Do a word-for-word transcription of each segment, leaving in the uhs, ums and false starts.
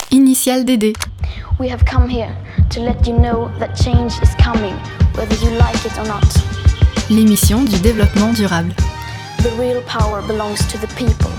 Initial D D. We have come here to let you know that change is coming, whether you like it or not. L'émission du développement durable. The real power belongs to the people.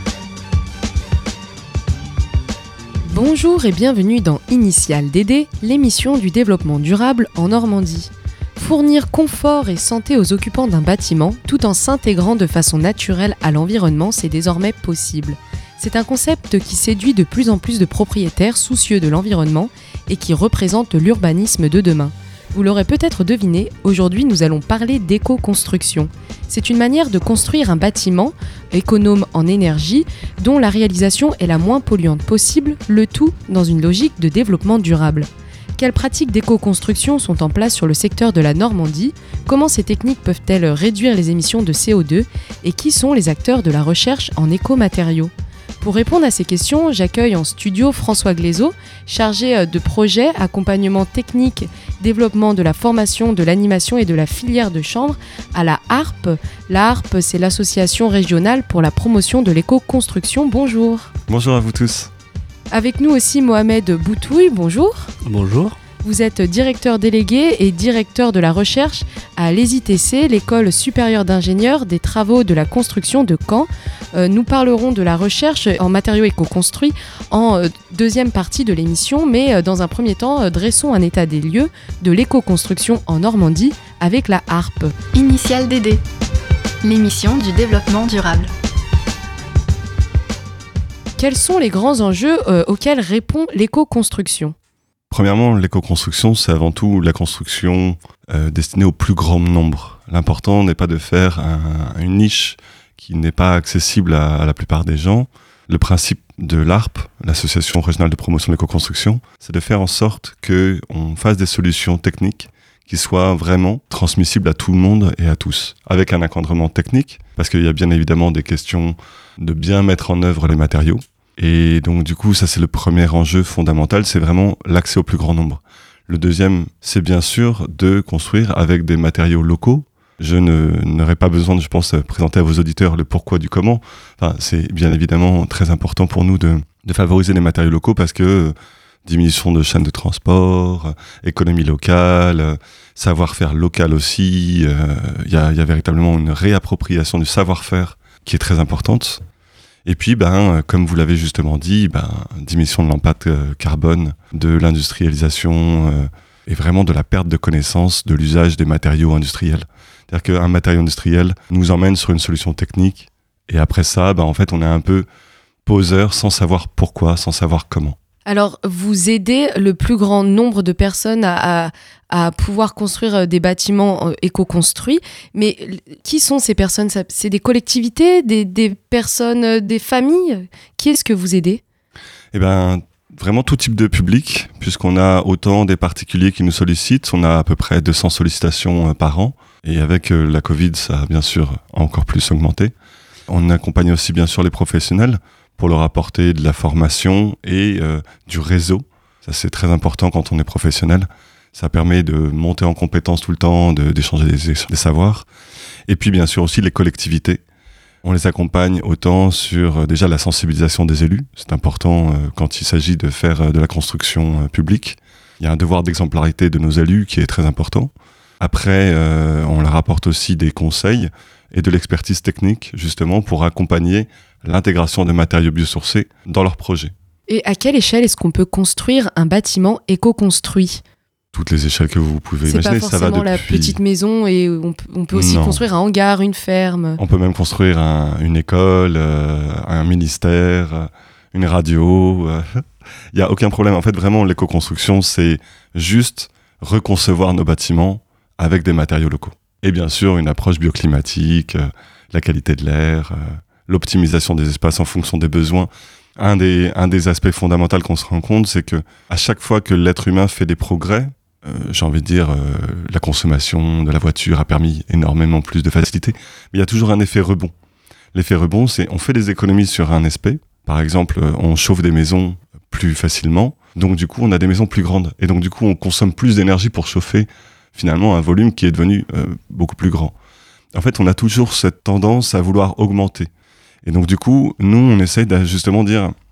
Bonjour et bienvenue dans Initial D D, l'émission du développement durable en Normandie. Fournir confort et santé aux occupants d'un bâtiment tout en s'intégrant de façon naturelle à l'environnement, c'est désormais possible. C'est un concept qui séduit de plus en plus de propriétaires soucieux de l'environnement et qui représente l'urbanisme de demain. Vous l'aurez peut-être deviné, aujourd'hui nous allons parler d'éco-construction. C'est une manière de construire un bâtiment économe en énergie dont la réalisation est la moins polluante possible, le tout dans une logique de développement durable. Quelles pratiques d'éco-construction sont en place sur le secteur de la Normandie ? Comment ces techniques peuvent-elles réduire les émissions de C O deux ? Et qui sont les acteurs de la recherche en écomatériaux ? Pour répondre à ces questions, j'accueille en studio François Glaiseau, chargé de projet, accompagnement technique, développement de la formation, de l'animation et de la filière de chanvre à la A R P. La A R P, c'est l'association régionale pour la promotion de l'éco-construction. Bonjour. Bonjour à vous tous. Avec nous aussi Mohamed Boutouille, bonjour. Bonjour. Vous êtes directeur délégué et directeur de la recherche à l'E S I T C, l'École supérieure d'ingénieurs des travaux de la construction de Caen. Euh, nous parlerons de la recherche en matériaux éco-construits en euh, deuxième partie de l'émission, mais euh, dans un premier temps, euh, dressons un état des lieux de l'éco-construction en Normandie avec la A R P. Initial D D, l'émission du développement durable. Quels sont les grands enjeux euh, auxquels répond l'éco-construction ? Premièrement, l'éco-construction, c'est avant tout la construction euh, destinée au plus grand nombre. L'important n'est pas de faire un, une niche qui n'est pas accessible à, à la plupart des gens. Le principe de l'A R P, l'Association régionale de promotion de l'éco-construction, c'est de faire en sorte qu'on fasse des solutions techniques qui soient vraiment transmissibles à tout le monde et à tous, avec un encadrement technique, parce qu'il y a bien évidemment des questions de bien mettre en œuvre les matériaux. Et donc du coup, ça c'est le premier enjeu fondamental, c'est vraiment l'accès au plus grand nombre. Le deuxième, c'est bien sûr de construire avec des matériaux locaux. Je ne, n'aurai pas besoin, de, je pense, présenter à vos auditeurs le pourquoi du comment. Enfin, c'est bien évidemment très important pour nous de, de favoriser les matériaux locaux parce que euh, diminution de chaînes de transport, euh, économie locale, euh, savoir-faire local aussi. Il euh, y, a, y a véritablement une réappropriation du savoir-faire qui est très importante. Et puis, ben, comme vous l'avez justement dit, ben, diminution de l'impact euh, carbone, de l'industrialisation euh, et vraiment de la perte de connaissance de l'usage des matériaux industriels. C'est-à-dire qu'un matériau industriel nous emmène sur une solution technique et après ça, ben, en fait, on est un peu poseur sans savoir pourquoi, sans savoir comment. Alors, vous aidez le plus grand nombre de personnes à, à, à pouvoir construire des bâtiments éco-construits, mais qui sont ces personnes ? C'est des collectivités, des, des personnes, des familles ? Qui est-ce que vous aidez ? Eh bien, vraiment tout type de public, puisqu'on a autant des particuliers qui nous sollicitent, on a à peu près deux cents sollicitations par an, et avec la Covid, ça a bien sûr encore plus augmenté. On accompagne aussi bien sûr les professionnels, pour leur apporter de la formation et euh, du réseau. Ça, c'est très important quand on est professionnel. Ça permet de monter en compétences tout le temps, de, d'échanger des, des savoirs. Et puis, bien sûr, aussi les collectivités. On les accompagne autant sur euh, déjà la sensibilisation des élus. C'est important euh, quand il s'agit de faire euh, de la construction euh, publique. Il y a un devoir d'exemplarité de nos élus qui est très important. Après, euh, on leur apporte aussi des conseils et de l'expertise technique, justement, pour accompagner l'intégration de matériaux biosourcés dans leurs projets. Et à quelle échelle est-ce qu'on peut construire un bâtiment éco-construit ? Toutes les échelles que vous pouvez c'est imaginer, pas ça va depuis... la petite maison, et on, on peut aussi non. construire un hangar, une ferme. On peut même construire un, une école, euh, un ministère, euh, une radio. Il euh, n'y a aucun problème. En fait, vraiment, l'éco-construction, c'est juste reconcevoir nos bâtiments avec des matériaux locaux. Et bien sûr, une approche bioclimatique, euh, la qualité de l'air, euh, l'optimisation des espaces en fonction des besoins. Un des, un des aspects fondamentaux qu'on se rend compte, c'est que à chaque fois que l'être humain fait des progrès, euh, j'ai envie de dire, euh, la consommation de la voiture a permis énormément plus de facilité, mais il y a toujours un effet rebond. L'effet rebond, c'est on fait des économies sur un aspect. Par exemple, on chauffe des maisons plus facilement, donc du coup, on a des maisons plus grandes. Et donc du coup, on consomme plus d'énergie pour chauffer finalement un volume qui est devenu euh, beaucoup plus grand. En fait, on a toujours cette tendance à vouloir augmenter. Et donc du coup, nous, on essaye de justement dire,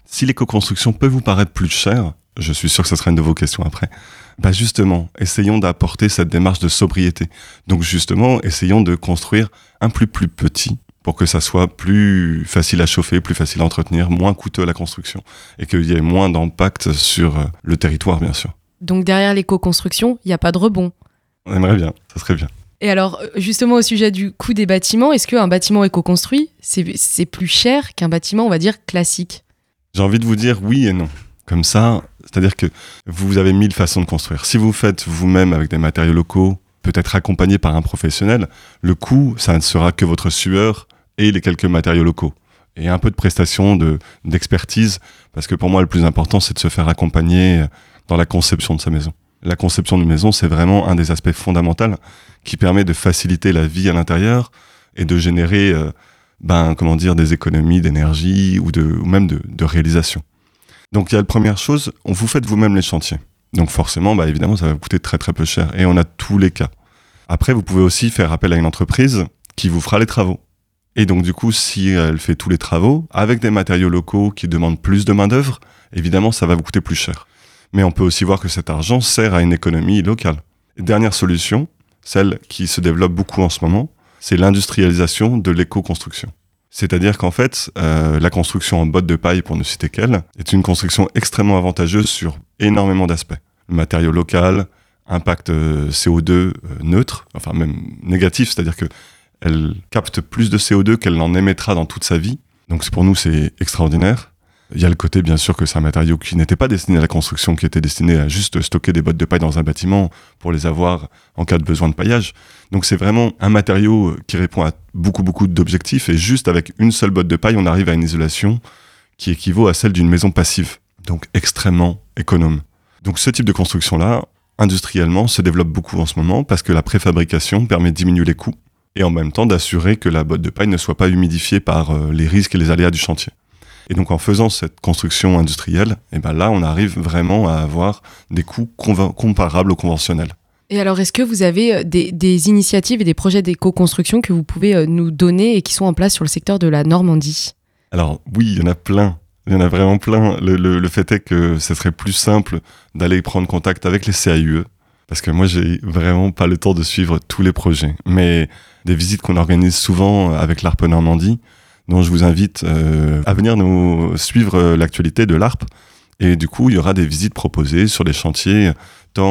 Si l'éco-construction peut vous paraître plus chère, je suis sûr que ce sera une de vos questions après, bah justement, essayons d'apporter cette démarche de sobriété. Donc justement, essayons de construire un plus plus petit pour que ça soit plus facile à chauffer, plus facile à entretenir, moins coûteux à la construction et qu'il y ait moins d'impact sur le territoire, bien sûr. Donc derrière l'éco-construction, il n'y a pas de rebond. On aimerait bien, ça serait bien. Et alors, justement, au sujet du coût des bâtiments, est-ce qu'un bâtiment éco-construit, c'est, c'est plus cher qu'un bâtiment, on va dire, classique ? J'ai envie de vous dire oui et non. Comme ça, c'est-à-dire que vous avez mille façons de construire. Si vous faites vous-même avec des matériaux locaux, peut-être accompagné par un professionnel, le coût, ça ne sera que votre sueur et les quelques matériaux locaux. Et un peu de prestation, de, d'expertise, parce que pour moi, le plus important, c'est de se faire accompagner dans la conception de sa maison. La conception d'une maison, c'est vraiment un des aspects fondamentaux qui permet de faciliter la vie à l'intérieur et de générer, euh, ben, comment dire, des économies d'énergie ou, de, ou même de, de réalisation. Donc, il y a la première chose, on vous faites vous-même les chantiers. Donc, forcément, bah, évidemment, ça va vous coûter très, très peu cher. Et on a tous les cas. Après, vous pouvez aussi faire appel à une entreprise qui vous fera les travaux. Et donc, du coup, si elle fait tous les travaux, avec des matériaux locaux qui demandent plus de main-d'œuvre, évidemment, ça va vous coûter plus cher. Mais on peut aussi voir que cet argent sert à une économie locale. Et dernière solution, celle qui se développe beaucoup en ce moment, c'est l'industrialisation de l'éco-construction. C'est-à-dire qu'en fait, euh, la construction en bottes de paille, pour ne citer qu'elle, est une construction extrêmement avantageuse sur énormément d'aspects. Le matériau local, impact euh, C O deux euh, neutre, enfin même négatif, c'est-à-dire qu'elle capte plus de C O deux qu'elle n'en émettra dans toute sa vie. Donc pour nous, c'est extraordinaire. Il y a le côté, bien sûr, que c'est un matériau qui n'était pas destiné à la construction, qui était destiné à juste stocker des bottes de paille dans un bâtiment pour les avoir en cas de besoin de paillage. Donc c'est vraiment un matériau qui répond à beaucoup, beaucoup d'objectifs et juste avec une seule botte de paille, on arrive à une isolation qui équivaut à celle d'une maison passive. Donc extrêmement économe. Donc ce type de construction-là, industriellement, se développe beaucoup en ce moment parce que la préfabrication permet de diminuer les coûts et en même temps d'assurer que la botte de paille ne soit pas humidifiée par euh, les risques et les aléas du chantier. Et donc en faisant cette construction industrielle, et ben là on arrive vraiment à avoir des coûts conva- comparables aux conventionnels. Et alors est-ce que vous avez des, des initiatives et des projets d'éco-construction que vous pouvez nous donner et qui sont en place sur le secteur de la Normandie ? Alors oui, il y en a plein, il y en a vraiment plein. Le, le, le fait est que ce serait plus simple d'aller prendre contact avec les C A U E, parce que moi j'ai vraiment pas le temps de suivre tous les projets. Mais des visites qu'on organise souvent avec l'A R P Normandie, dont je vous invite euh, à venir nous suivre l'actualité de l'A R P. Et du coup, il y aura des visites proposées sur les chantiers, tant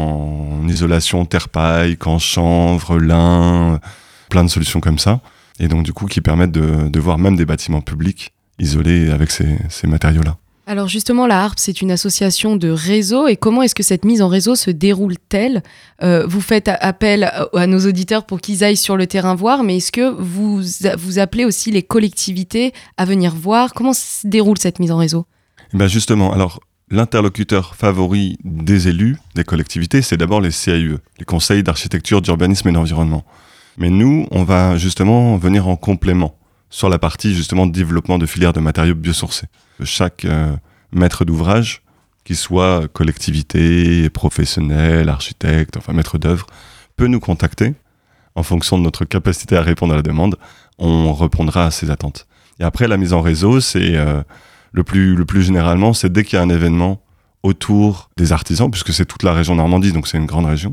en isolation terre-paille qu'en chanvre, lin, plein de solutions comme ça. Et donc, du coup, qui permettent de, de voir même des bâtiments publics isolés avec ces, ces matériaux-là. Alors justement, la A R P, c'est une association de réseau. Et comment est-ce que cette mise en réseau se déroule-t-elle ? euh, Vous faites appel à nos auditeurs pour qu'ils aillent sur le terrain voir, mais est-ce que vous, vous appelez aussi les collectivités à venir voir ? Comment se déroule cette mise en réseau ? Et ben justement, alors l'interlocuteur favori des élus, des collectivités, c'est d'abord les C A U E, les conseils d'architecture, d'urbanisme et d'environnement. Mais nous, on va justement venir en complément sur la partie justement de développement de filières de matériaux biosourcés. Chaque euh, maître d'ouvrage, qu'il soit collectivité, professionnel, architecte, enfin maître d'œuvre, peut nous contacter en fonction de notre capacité à répondre à la demande. On répondra à ses attentes. Et après, la mise en réseau, c'est euh, le plus, le plus généralement, c'est dès qu'il y a un événement autour des artisans, puisque c'est toute la région Normandie, donc c'est une grande région,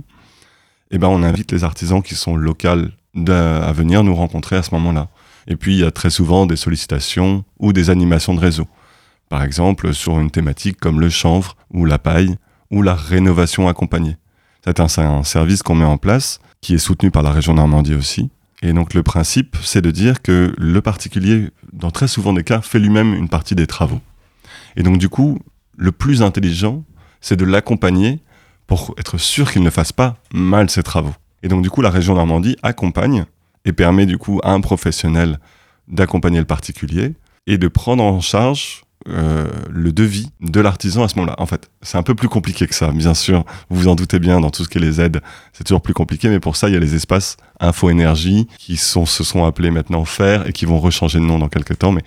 et ben on invite les artisans qui sont locaux à venir nous rencontrer à ce moment-là. Et puis, il y a très souvent des sollicitations ou des animations de réseau. Par exemple, sur une thématique comme le chanvre ou la paille ou la rénovation accompagnée. C'est un, c'est un service qu'on met en place, qui est soutenu par la région Normandie aussi. Et donc, le principe, c'est de dire que le particulier, dans très souvent des cas, fait lui-même une partie des travaux. Et donc, du coup, le plus intelligent, c'est de l'accompagner pour être sûr qu'il ne fasse pas mal ses travaux. Et donc, du coup, la région Normandie accompagne et permet du coup à un professionnel d'accompagner le particulier et de prendre en charge euh, le devis de l'artisan à ce moment-là. En fait, c'est un peu plus compliqué que ça, bien sûr. Vous vous en doutez bien, dans tout ce qui est les aides, c'est toujours plus compliqué, mais pour ça, il y a les espaces Info Énergie qui sont, se sont appelés maintenant F A I R et qui vont rechanger de nom dans quelques temps. Mais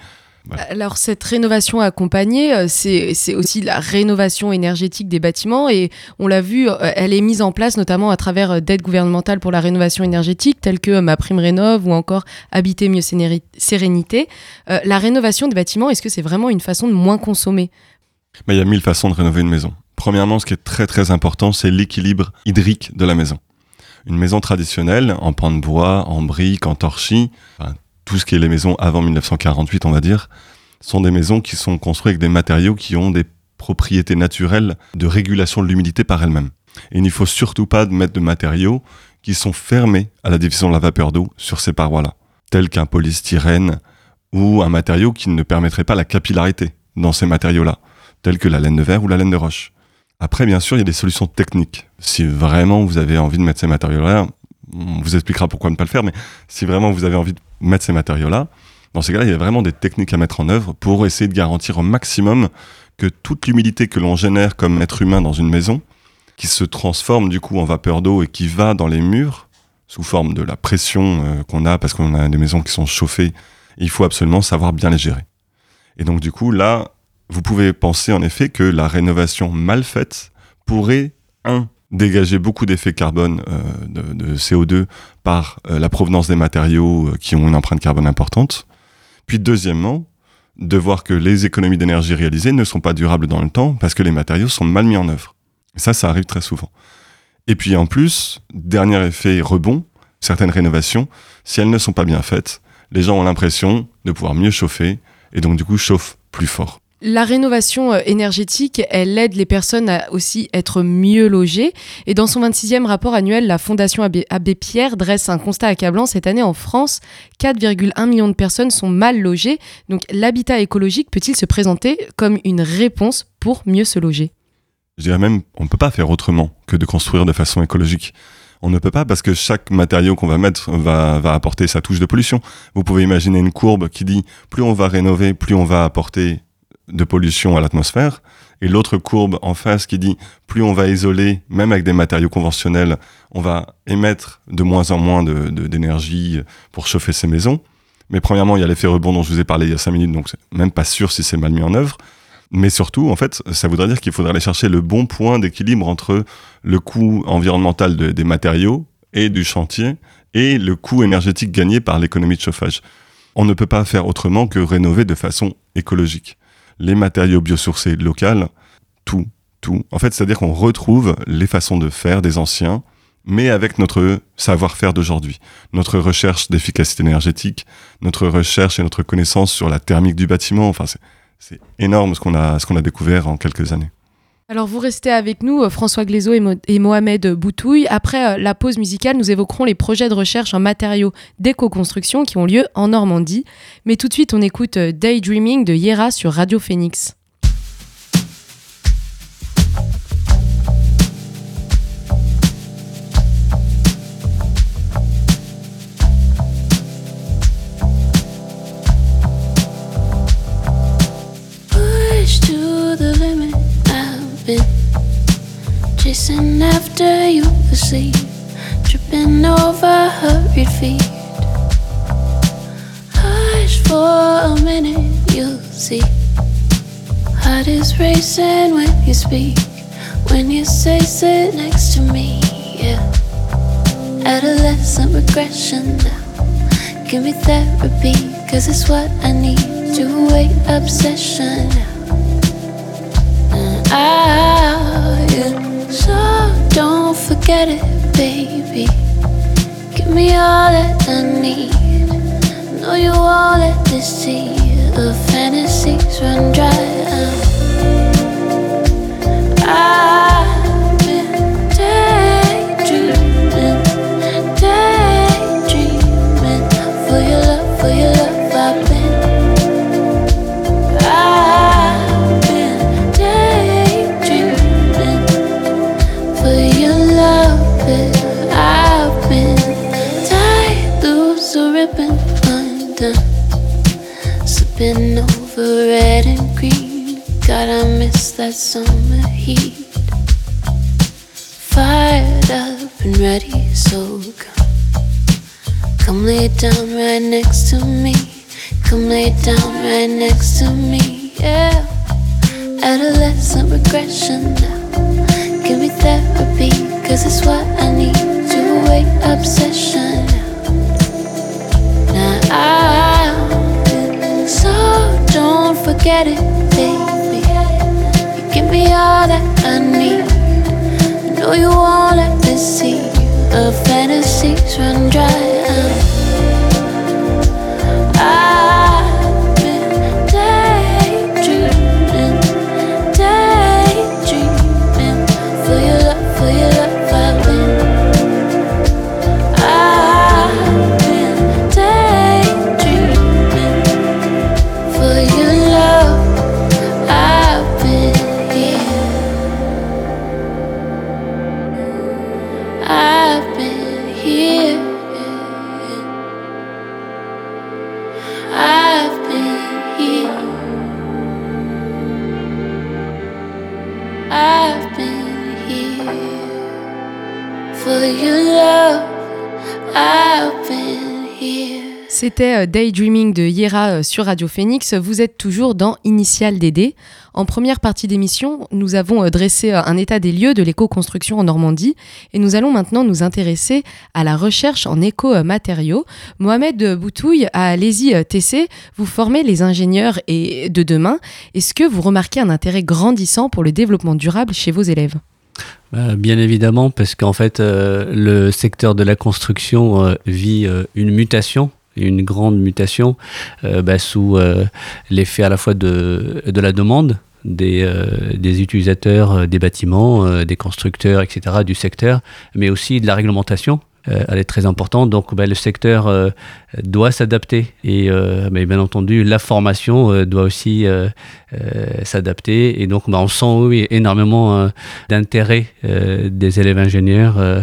Voilà. Alors cette rénovation accompagnée, c'est, c'est aussi la rénovation énergétique des bâtiments et on l'a vu, elle est mise en place notamment à travers d'aides gouvernementales pour la rénovation énergétique telles que MaPrimeRénov' ou encore Habiter mieux sérénité. Euh, la rénovation des bâtiments, est-ce que c'est vraiment une façon de moins consommer ? Mais il y a mille façons de rénover une maison. Premièrement, ce qui est très très important, c'est l'équilibre hydrique de la maison. Une maison traditionnelle, en pan de bois, en briques, en torchis, enfin, tout ce qui est les maisons avant dix-neuf cent quarante-huit, on va dire, sont des maisons qui sont construites avec des matériaux qui ont des propriétés naturelles de régulation de l'humidité par elles-mêmes. Et il ne faut surtout pas mettre de matériaux qui sont fermés à la diffusion de la vapeur d'eau sur ces parois-là, tels qu'un polystyrène ou un matériau qui ne permettrait pas la capillarité dans ces matériaux-là, tels que la laine de verre ou la laine de roche. Après, bien sûr, il y a des solutions techniques. Si vraiment vous avez envie de mettre ces matériaux-là, on vous expliquera pourquoi ne pas le faire, mais si vraiment vous avez envie de mettre ces matériaux-là, dans ces cas-là, il y a vraiment des techniques à mettre en œuvre pour essayer de garantir au maximum que toute l'humidité que l'on génère comme être humain dans une maison, qui se transforme du coup en vapeur d'eau et qui va dans les murs, sous forme de la pression euh, qu'on a, parce qu'on a des maisons qui sont chauffées, il faut absolument savoir bien les gérer. Et donc du coup, là, vous pouvez penser en effet que la rénovation mal faite pourrait, un, dégager beaucoup d'effets carbone, euh, de, de C O deux par euh, la provenance des matériaux euh, qui ont une empreinte carbone importante. Puis deuxièmement, de voir que les économies d'énergie réalisées ne sont pas durables dans le temps parce que les matériaux sont mal mis en œuvre. Et ça, ça arrive très souvent. Et puis en plus, dernier effet rebond, certaines rénovations, si elles ne sont pas bien faites, les gens ont l'impression de pouvoir mieux chauffer et donc du coup chauffent plus fort. La rénovation énergétique, elle aide les personnes à aussi être mieux logées. Et dans son vingt-sixième rapport annuel, la Fondation Abbé, Abbé Pierre dresse un constat accablant. Cette année, en France, quatre virgule un millions de personnes sont mal logées. Donc l'habitat écologique peut-il se présenter comme une réponse pour mieux se loger ? Je dirais même, on ne peut pas faire autrement que de construire de façon écologique. On ne peut pas parce que chaque matériau qu'on va mettre va, va apporter sa touche de pollution. Vous pouvez imaginer une courbe qui dit plus on va rénover, plus on va apporter de pollution à l'atmosphère, et l'autre courbe en face qui dit plus on va isoler, même avec des matériaux conventionnels, on va émettre de moins en moins de, de, d'énergie pour chauffer ces maisons. Mais premièrement, il y a l'effet rebond dont je vous ai parlé il y a cinq minutes, donc c'est même pas sûr si c'est mal mis en œuvre. Mais surtout, en fait, ça voudrait dire qu'il faudrait aller chercher le bon point d'équilibre entre le coût environnemental de, des matériaux et du chantier et le coût énergétique gagné par l'économie de chauffage. On ne peut pas faire autrement que rénover de façon écologique. Les matériaux biosourcés locaux, tout, tout. En fait, c'est-à-dire qu'on retrouve les façons de faire des anciens, mais avec notre savoir-faire d'aujourd'hui, notre recherche d'efficacité énergétique, notre recherche et notre connaissance sur la thermique du bâtiment. Enfin, c'est, c'est énorme ce qu'on a, ce qu'on a découvert en quelques années. Alors vous restez avec nous, François Glaiseau et, Mo- et Mohamed Boutouille. Après euh, la pause musicale, nous évoquerons les projets de recherche en matériaux d'éco-construction qui ont lieu en Normandie. Mais tout de suite, on écoute Daydreaming de Yera sur Radio Phoenix. Push to the limit. Been chasing after you asleep, tripping over hurried feet. Hush for a minute, you'll see. Heart is racing when you speak, when you say sit next to me, yeah. Adolescent regression now, give me therapy, cause it's what I need. Two-way obsession now. Ah, yeah. So don't forget it, baby. Give me all that I need. Know you won't let this sea of fantasies run dry out. I've been daydreaming, daydreaming. For your love, for your love, I've been. I've been daydreaming. For your love, I've been tied loose, a ribbon undone, slipping over red and green. God, I miss that summer heat. Fired up and ready, so come, come lay down right next to me. come lay down right next to me, yeah. Adolescent regression now. Give me therapy, cause it's what I need. Two-way obsession now. Now I, so don't forget it, baby. You give me all that I need. I know you won't let me see our fantasies run dry. I've been daydreaming, daydreaming for your love, for your love. I've been, I've been daydreaming for your love. I've been here. I've been here. I've been here. I've been here for your love. I've been here. C'était Daydreaming de Yera sur Radio Phoenix. Vous êtes toujours dans Initial D D. En première partie d'émission, nous avons dressé un état des lieux de l'éco-construction en Normandie et nous allons maintenant nous intéresser à la recherche en éco-matériaux. Mohamed Boutouille, à Lézy T C, vous formez les ingénieurs et de demain. Est-ce que vous remarquez un intérêt grandissant pour le développement durable chez vos élèves ? Bien évidemment, parce qu'en fait, euh, le secteur de la construction euh, vit euh, une mutation, une grande mutation, euh, bah, sous euh, l'effet à la fois de, de la demande des, euh, des utilisateurs euh, des bâtiments, euh, des constructeurs, et cetera, du secteur, mais aussi de la réglementation. Euh, elle est très importante, donc bah, le secteur euh, doit s'adapter et euh, mais bien entendu la formation euh, doit aussi euh, euh, s'adapter et donc bah, on sent oui, énormément euh, d'intérêt euh, des élèves ingénieurs euh,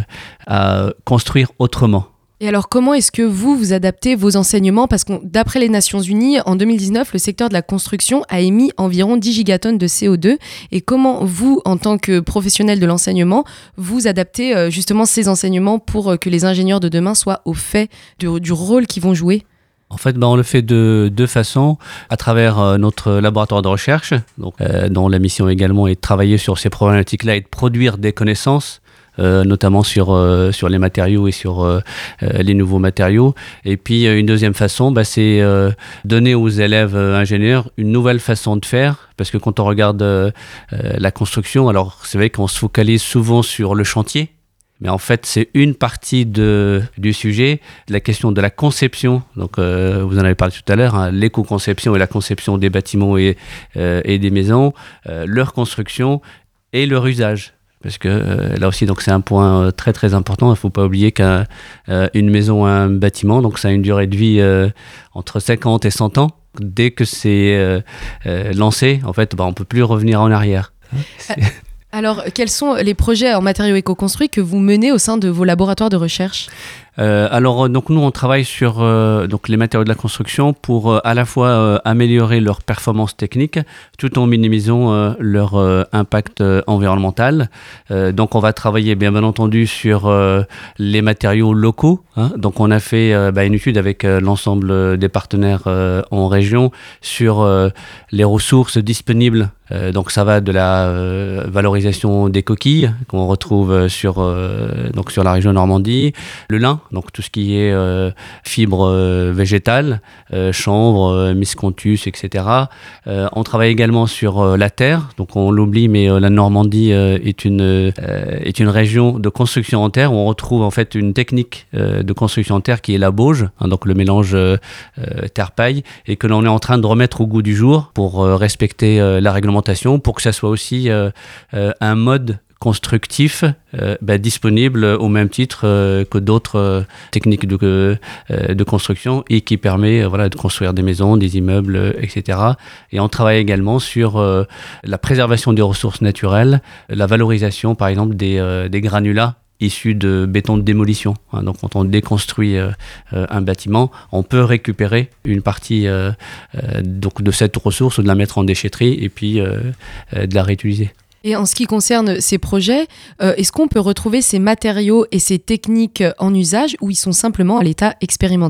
à construire autrement. Et alors, comment est-ce que vous, vous adaptez vos enseignements ? Parce que d'après les Nations Unies, en deux mille dix-neuf, le secteur de la construction a émis environ dix gigatonnes de C O deux. Et comment vous, en tant que professionnel de l'enseignement, vous adaptez justement ces enseignements pour que les ingénieurs de demain soient au fait du, du rôle qu'ils vont jouer ? En fait, bah, on le fait de deux façons, à travers euh, notre laboratoire de recherche, donc, euh, dont la mission également est de travailler sur ces problématiques-là et de produire des connaissances, Euh, notamment sur, euh, sur les matériaux et sur euh, euh, les nouveaux matériaux. Et puis euh, une deuxième façon, bah, c'est euh, donner aux élèves euh, ingénieurs une nouvelle façon de faire, parce que quand on regarde euh, euh, la construction, alors c'est vrai qu'on se focalise souvent sur le chantier, mais en fait c'est une partie de, du sujet, la question de la conception. Donc euh, vous en avez parlé tout à l'heure, hein, l'éco-conception et la conception des bâtiments et, euh, et des maisons, euh, leur construction et leur usage. Parce que euh, là aussi, donc, c'est un point euh, très très important. Il ne faut pas oublier qu'une euh, maison, un bâtiment, donc ça a une durée de vie euh, entre cinquante et cent ans. Dès que c'est euh, euh, lancé, en fait, bah, on ne peut plus revenir en arrière. C'est... Alors, quels sont les projets en matériaux éco-construits que vous menez au sein de vos laboratoires de recherche ? Euh, alors donc nous on travaille sur euh, donc les matériaux de la construction pour euh, à la fois euh, améliorer leur performance technique tout en minimisant euh, leur euh, impact euh, environnemental. Euh, donc on va travailler bien, bien entendu sur euh, les matériaux locaux. Hein. Donc on a fait euh, bah, une étude avec euh, l'ensemble des partenaires euh, en région sur euh, les ressources disponibles. Euh, donc ça va de la euh, valorisation des coquilles qu'on retrouve sur euh, donc sur la région Normandie, le lin. Donc tout ce qui est euh, fibres euh, végétales, euh, chanvre, euh, miscanthus, et cetera. Euh, on travaille également sur euh, la terre. Donc on l'oublie, mais euh, la Normandie euh, est une euh, est une région de construction en terre où on retrouve en fait une technique euh, de construction en terre qui est la bauge, hein, donc le mélange euh, euh, terre-paille, et que l'on est en train de remettre au goût du jour pour euh, respecter euh, la réglementation, pour que ça soit aussi euh, euh, un mode constructif euh, bah, disponible au même titre euh, que d'autres euh, techniques de, euh, de construction et qui permet euh, voilà, de construire des maisons, des immeubles, euh, et cetera. Et on travaille également sur euh, la préservation des ressources naturelles, la valorisation par exemple des, euh, des granulats issus de béton de démolition. Hein, donc quand on déconstruit euh, euh, un bâtiment, on peut récupérer une partie euh, euh, donc de cette ressource ou de la mettre en déchetterie et puis euh, euh, de la réutiliser. Et en ce qui concerne ces projets, euh, est-ce qu'on peut retrouver ces matériaux et ces techniques en usage ou ils sont simplement à l'état expérimental ?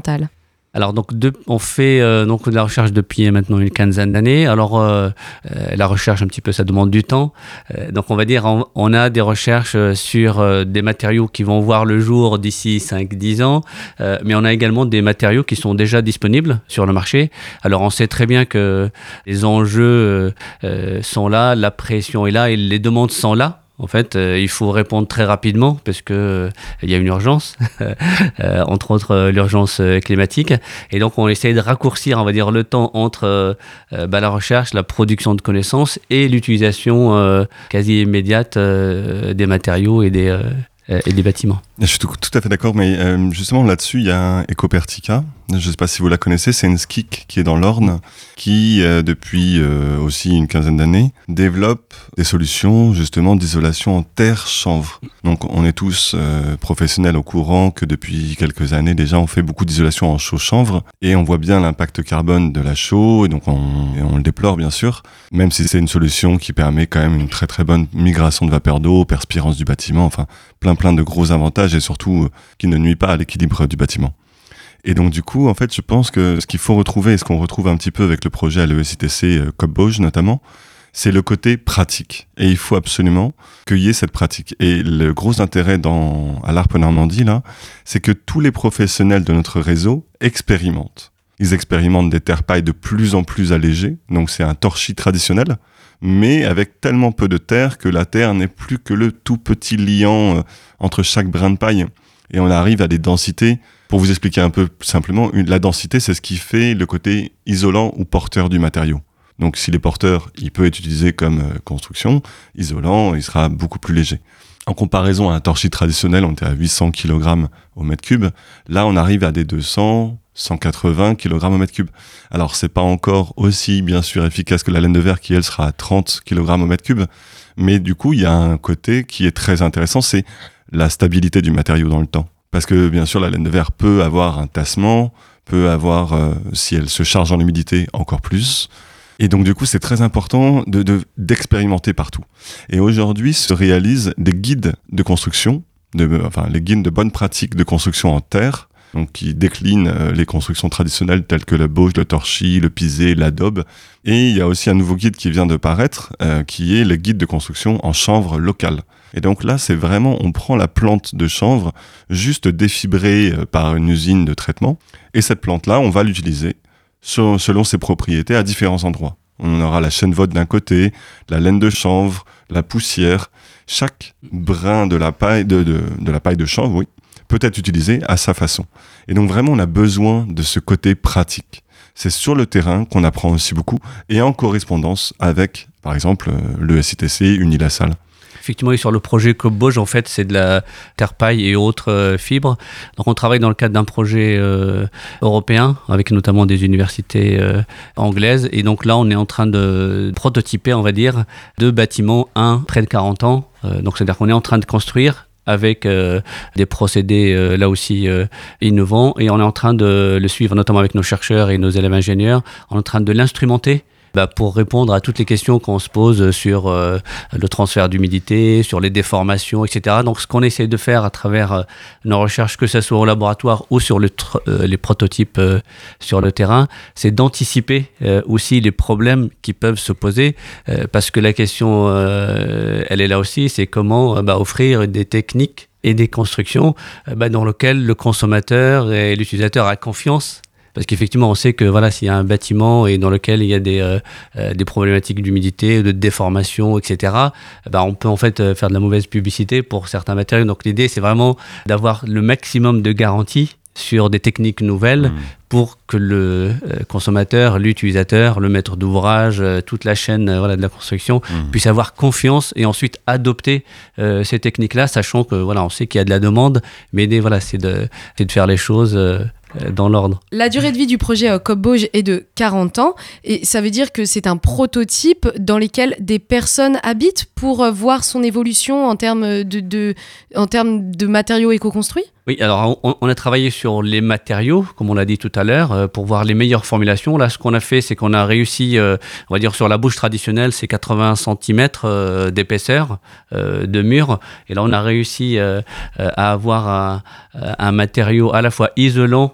Alors donc de, on fait euh, donc de la recherche depuis maintenant une quinzaine d'années. Alors euh, euh, la recherche un petit peu ça demande du temps. Euh, donc on va dire on, on a des recherches sur euh, des matériaux qui vont voir le jour d'ici cinq dix ans, euh, mais on a également des matériaux qui sont déjà disponibles sur le marché. Alors on sait très bien que les enjeux euh, sont là, la pression est là et les demandes sont là. En fait, euh, il faut répondre très rapidement parce que euh, il y a une urgence, euh, entre autres euh, l'urgence euh, climatique. Et donc, on essaye de raccourcir, on va dire, le temps entre euh, euh, bah, la recherche, la production de connaissances et l'utilisation euh, quasi immédiate euh, des matériaux et des, euh, et des bâtiments. Je suis tout, tout à fait d'accord, mais euh, justement là-dessus, il y a Ecopertica. Je ne sais pas si vous la connaissez, c'est une skik qui est dans l'Orne, qui euh, depuis euh, aussi une quinzaine d'années développe des solutions justement d'isolation en terre chanvre. Donc on est tous euh, professionnels au courant que depuis quelques années déjà on fait beaucoup d'isolation en chaux chanvre et on voit bien l'impact carbone de la chaux et donc on, et on le déplore bien sûr, même si c'est une solution qui permet quand même une très très bonne migration de vapeur d'eau, perspirance du bâtiment, enfin plein plein de gros avantages et surtout euh, qui ne nuit pas à l'équilibre du bâtiment. Et donc du coup, en fait, je pense que ce qu'il faut retrouver, et ce qu'on retrouve un petit peu avec le projet à l'E S I T C euh, COP-Bauge notamment, c'est le côté pratique. Et il faut absolument qu'il y ait cette pratique. Et le gros intérêt dans, à l'A R P Normandie, là, c'est que tous les professionnels de notre réseau expérimentent. Ils expérimentent des terre-pailles de plus en plus allégées, donc c'est un torchis traditionnel, mais avec tellement peu de terre que la terre n'est plus que le tout petit liant euh, entre chaque brin de paille. Et on arrive à des densités. Pour vous expliquer un peu simplement, une, la densité, c'est ce qui fait le côté isolant ou porteur du matériau. Donc si les porteurs, il peut être utilisé comme euh, construction, isolant, il sera beaucoup plus léger. En comparaison à un torchis traditionnel, on était à huit cents kilogrammes au mètre cube. Là, on arrive à des deux cents, cent quatre-vingts kilogrammes au mètre cube. Alors, c'est pas encore aussi, bien sûr, efficace que la laine de verre qui, elle, sera à trente kilogrammes au mètre cube. Mais du coup, il y a un côté qui est très intéressant, c'est la stabilité du matériau dans le temps. Parce que, bien sûr, la laine de verre peut avoir un tassement, peut avoir, euh, si elle se charge en humidité, encore plus. Et donc, du coup, c'est très important de, de, d'expérimenter partout. Et aujourd'hui, se réalisent des guides de construction, de, enfin, les guides de bonnes pratiques de construction en terre, donc qui déclinent euh, les constructions traditionnelles telles que le bauge, le torchis, le pisé, l'adobe. Et il y a aussi un nouveau guide qui vient de paraître, euh, qui est le guide de construction en chanvre local. Et donc là, c'est vraiment, on prend la plante de chanvre, juste défibrée euh, par une usine de traitement, et cette plante-là, on va l'utiliser selon, selon ses propriétés à différents endroits. On aura la chêne-vote d'un côté, la laine de chanvre, la poussière. Chaque brin de la paille de, de, de la paille de chanvre, oui, peut être utilisé à sa façon. Et donc vraiment, on a besoin de ce côté pratique. C'est sur le terrain qu'on apprend aussi beaucoup, et en correspondance avec, par exemple, l'E S I T C, Unilassal. Effectivement, et sur le projet COP-Bauge, en fait, c'est de la terre-paille et autres euh, fibres. Donc, on travaille dans le cadre d'un projet euh, européen, avec notamment des universités euh, anglaises. Et donc là, on est en train de prototyper, on va dire, deux bâtiments, un près de quarante ans. Euh, donc, c'est-à-dire qu'on est en train de construire avec euh, des procédés euh, là aussi euh, innovants. Et on est en train de le suivre, notamment avec nos chercheurs et nos élèves ingénieurs. On est en train de l'instrumenter bah, pour répondre à toutes les questions qu'on se pose sur euh, le transfert d'humidité, sur les déformations, et cetera. Donc, ce qu'on essaie de faire à travers euh, nos recherches, que ce soit au laboratoire ou sur le tr- euh, les prototypes euh, sur le terrain, c'est d'anticiper euh, aussi les problèmes qui peuvent se poser, euh, parce que la question, euh, elle est là aussi, c'est comment euh, bah, offrir des techniques et des constructions euh, bah, dans lesquelles le consommateur et l'utilisateur a confiance. Parce qu'effectivement, on sait que voilà, s'il y a un bâtiment et dans lequel il y a des, euh, euh, des problématiques d'humidité, de déformation, et cetera, bah, on peut en fait euh, faire de la mauvaise publicité pour certains matériaux. Donc l'idée, c'est vraiment d'avoir le maximum de garanties sur des techniques nouvelles mmh. pour que le euh, consommateur, l'utilisateur, le maître d'ouvrage, euh, toute la chaîne euh, voilà, de la construction mmh. puisse avoir confiance et ensuite adopter euh, ces techniques-là, sachant que voilà, on sait qu'il y a de la demande, mais l'idée, voilà, c'est de, c'est de faire les choses euh, dans l'ordre. La durée de vie du projet euh, COP-Bauge est de quarante ans et ça veut dire que c'est un prototype dans lequel des personnes habitent pour euh, voir son évolution en termes de, de, en termes de matériaux éco-construits ? Oui, alors on, on a travaillé sur les matériaux, comme on l'a dit tout à l'heure, euh, pour voir les meilleures formulations. Là, ce qu'on a fait, c'est qu'on a réussi, euh, on va dire sur la bouche traditionnelle, c'est quatre-vingts centimètres euh, d'épaisseur euh, de mur. Et là, on a réussi euh, euh, à avoir un, un matériau à la fois isolant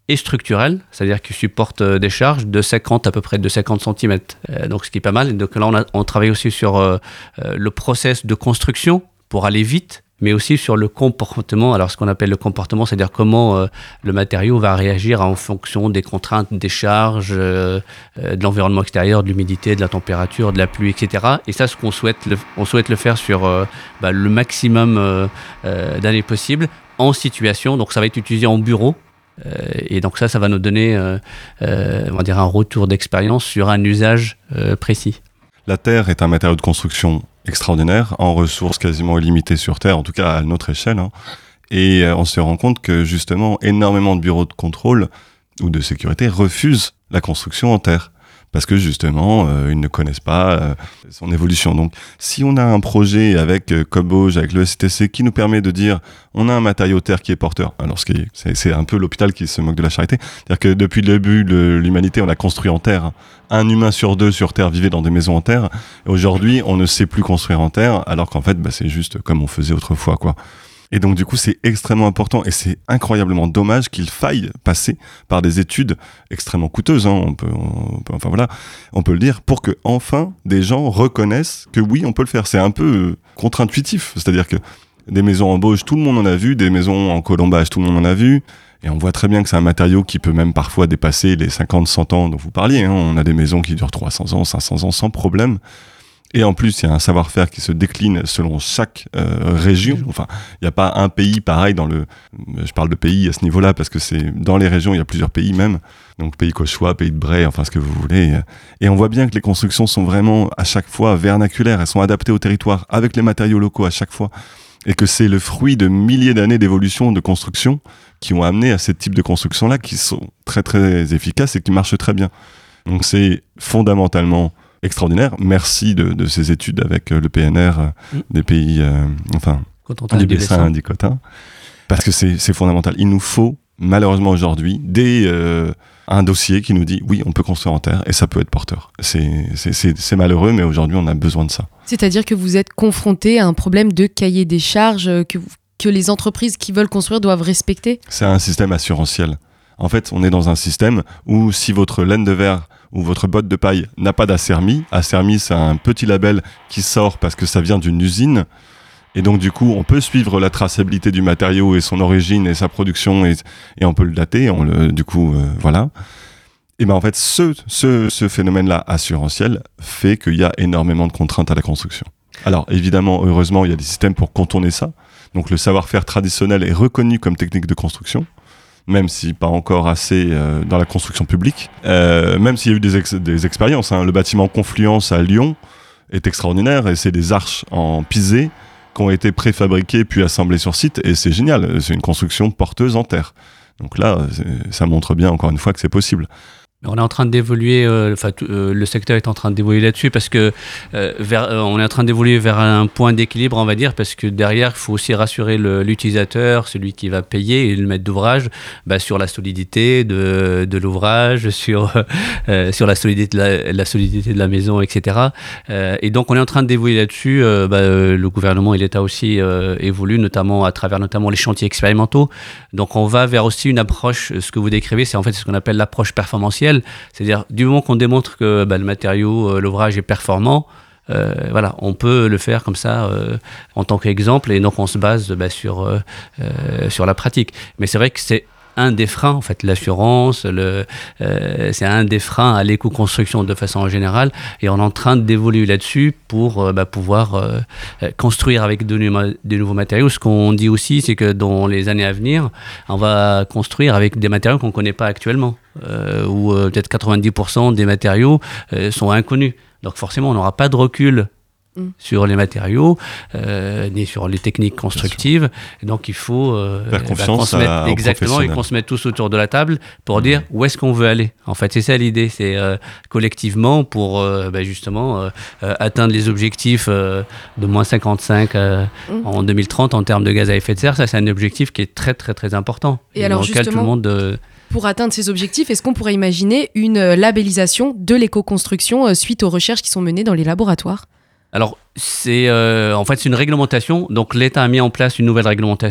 et structurel, c'est-à-dire qui supporte euh, des charges de cinquante à peu près de cinquante centimètres, euh, donc ce qui est pas mal. Donc là, on, a, on travaille aussi sur euh, euh, le process de construction pour aller vite, mais aussi sur le comportement. Alors, ce qu'on appelle le comportement, c'est-à-dire comment euh, le matériau va réagir en fonction des contraintes, des charges, euh, euh, de l'environnement extérieur, de l'humidité, de la température, de la pluie, et cetera. Et ça, ce qu'on souhaite, le, on souhaite le faire sur euh, bah, le maximum euh, euh, d'années possible en situation. Donc, ça va être utilisé en bureau. Euh, et donc ça, ça va nous donner, euh, euh, on va dire, un retour d'expérience sur un usage euh, précis. La terre est un matériau de construction extraordinaire, en ressources quasiment illimitées sur Terre, en tout cas à notre échelle. Hein. Et euh, on se rend compte que justement, énormément de bureaux de contrôle ou de sécurité refusent la construction en terre. Parce que justement, euh, ils ne connaissent pas euh, son évolution. Donc, si on a un projet avec euh, Cobauge, avec le S T C, qui nous permet de dire on a un matériau terre qui est porteur, alors ce qui est, c'est, c'est un peu l'hôpital qui se moque de la charité, c'est-à-dire que depuis le début de l'humanité, on a construit en terre. Un humain sur deux sur Terre vivait dans des maisons en terre. Et aujourd'hui, on ne sait plus construire en terre, alors qu'en fait, bah, c'est juste comme on faisait autrefois, quoi. Et donc, du coup, c'est extrêmement important et c'est incroyablement dommage qu'il faille passer par des études extrêmement coûteuses, hein, on peut, on peut, enfin voilà, on peut le dire, pour que enfin des gens reconnaissent que oui, on peut le faire. C'est un peu euh, contre-intuitif, c'est-à-dire que des maisons en bauge, tout le monde en a vu, des maisons en colombage, tout le monde en a vu, et on voit très bien que c'est un matériau qui peut même parfois dépasser les cinquante à cent ans dont vous parliez, hein. On a des maisons qui durent trois cents ans, cinq cents ans sans problème. Et en plus, il y a un savoir-faire qui se décline selon chaque euh, région. Enfin, il n'y a pas un pays pareil dans le... Je parle de pays à ce niveau-là parce que c'est dans les régions, il y a plusieurs pays même. Donc pays cauchois, pays de Bray, enfin ce que vous voulez. Et on voit bien que les constructions sont vraiment à chaque fois vernaculaires. Elles sont adaptées au territoire avec les matériaux locaux à chaque fois. Et que c'est le fruit de milliers d'années d'évolution de construction qui ont amené à ce type de construction-là qui sont très très efficaces et qui marchent très bien. Donc c'est fondamentalement extraordinaire. Merci de, de ces études avec le P N R mmh. des pays, euh, enfin, du Bessin, du Cotin, parce que c'est, c'est fondamental. Il nous faut malheureusement aujourd'hui des, euh, un dossier qui nous dit oui, on peut construire en terre et ça peut être porteur. C'est, c'est, c'est, c'est malheureux, mais aujourd'hui on a besoin de ça. C'est-à-dire que vous êtes confronté à un problème de cahier des charges que, que les entreprises qui veulent construire doivent respecter ? C'est un système assurantiel. En fait, on est dans un système où si votre laine de verre ou votre botte de paille n'a pas d'Acermi, Acermi c'est un petit label qui sort parce que ça vient d'une usine, et donc du coup on peut suivre la traçabilité du matériau et son origine et sa production et, et on peut le dater, on le, du coup euh, voilà. Et ben en fait ce, ce, ce phénomène-là assurantiel fait qu'il y a énormément de contraintes à la construction. Alors évidemment, heureusement, il y a des systèmes pour contourner ça. Donc le savoir-faire traditionnel est reconnu comme technique de construction, même si pas encore assez euh, dans la construction publique, euh, même s'il y a eu des, ex- des expériences. Hein. Le bâtiment Confluence à Lyon est extraordinaire et c'est des arches en pisé qui ont été préfabriquées puis assemblées sur site et c'est génial, c'est une construction porteuse en terre. Donc là, ça montre bien encore une fois que c'est possible. On est en train d'évoluer, euh, enfin, euh, le secteur est en train d'évoluer là-dessus parce que euh, vers, euh, on est en train d'évoluer vers un point d'équilibre, on va dire, parce que derrière, il faut aussi rassurer le, l'utilisateur, celui qui va payer et le maître d'ouvrage, bah, sur la solidité de, de l'ouvrage, sur, euh, sur la solidité de la, la solidité de la maison, et cetera. Euh, et donc, on est en train d'évoluer là-dessus. Euh, bah, euh, le gouvernement et l'État aussi euh, évoluent, notamment à travers notamment les chantiers expérimentaux. Donc, on va vers aussi une approche, ce que vous décrivez, c'est en fait ce qu'on appelle l'approche performantielle. C'est-à-dire, du moment qu'on démontre que bah, le matériau, euh, l'ouvrage est performant, euh, voilà, on peut le faire comme ça euh, en tant qu'exemple, et donc on se base bah, sur, euh, euh, sur la pratique. Mais c'est vrai que c'est un des freins, en fait, l'assurance, le, euh, c'est un des freins à l'éco-construction de façon générale, et on est en train d'évoluer là-dessus pour euh, bah, pouvoir euh, construire avec de, nu- de nouveaux matériaux. Ce qu'on dit aussi, c'est que dans les années à venir, on va construire avec des matériaux qu'on ne connaît pas actuellement, euh, où euh, peut-être quatre-vingt-dix pour cent des matériaux euh, sont inconnus. Donc forcément, on n'aura pas de recul sur les matériaux, euh, ni sur les techniques constructives. Et donc il faut euh, faire confiance bah, qu'on se à, mette, exactement, et qu'on se mette tous autour de la table pour mmh. dire où est-ce qu'on veut aller. En fait, c'est ça l'idée, c'est euh, collectivement pour euh, bah, justement euh, euh, atteindre les objectifs euh, de moins cinquante-cinq euh, mmh. en deux mille trente en termes de gaz à effet de serre. Ça, c'est un objectif qui est très très très important. Et alors dans justement, lequel tout le monde euh, pour atteindre ces objectifs, est-ce qu'on pourrait imaginer une labellisation de l'éco-construction euh, suite aux recherches qui sont menées dans les laboratoires ? Alors, c'est, euh, en fait, c'est une réglementation. Donc, l'État a mis en place une nouvelle réglementation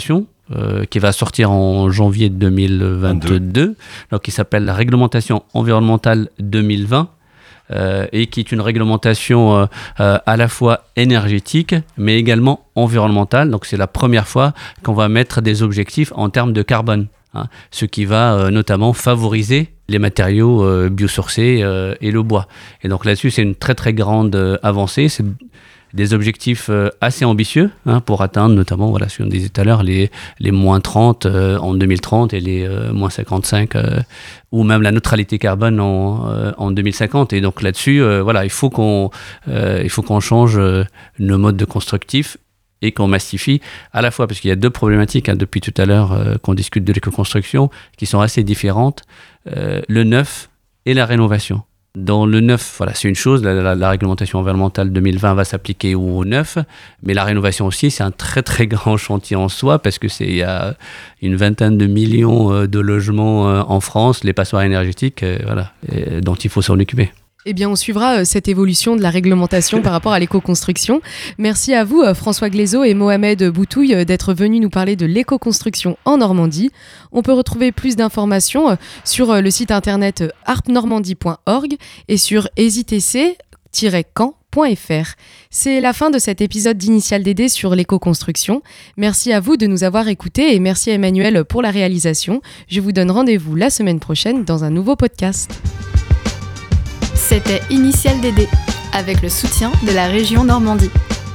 euh, qui va sortir en janvier deux mille vingt-deux, donc qui s'appelle la réglementation environnementale deux mille vingt. Euh, et qui est une réglementation euh, euh, à la fois énergétique mais également environnementale. Donc c'est la première fois qu'on va mettre des objectifs en termes de carbone, hein, ce qui va euh, notamment favoriser les matériaux euh, biosourcés euh, et le bois. Et donc là-dessus c'est une très très grande euh, avancée. C'est des objectifs euh, assez ambitieux, hein, pour atteindre notamment, voilà, ce qu'on disait tout à l'heure, les, les moins trente euh, en deux mille trente et les euh, moins cinquante-cinq, euh, ou même la neutralité carbone en, euh, en deux mille cinquante. Et donc là-dessus, euh, voilà, il faut qu'on, euh, il faut qu'on change euh, nos modes de constructifs et qu'on massifie, à la fois parce qu'il y a deux problématiques, hein, depuis tout à l'heure euh, qu'on discute de l'éco-construction, qui sont assez différentes, euh, le neuf et la rénovation. Dans le neuf, voilà, c'est une chose, la, la, la réglementation environnementale deux mille vingt va s'appliquer au neuf, mais la rénovation aussi, c'est un très très grand chantier en soi, parce que c'est, il y a une vingtaine de millions de logements en France, les passoires énergétiques, euh, voilà, et, dont il faut s'en occuper. Eh bien, on suivra euh, cette évolution de la réglementation par rapport à l'éco-construction. Merci à vous, euh, François Glaiseau et Mohamed Boutouille, euh, d'être venus nous parler de l'éco-construction en Normandie. On peut retrouver plus d'informations euh, sur euh, le site internet euh, arp normandie point org et sur hésitc tiret camp point f r. C'est la fin de cet épisode d'Initial D D sur l'éco-construction. Merci à vous de nous avoir écoutés et merci à Emmanuel pour la réalisation. Je vous donne rendez-vous la semaine prochaine dans un nouveau podcast. C'était Initial D D, avec le soutien de la région Normandie.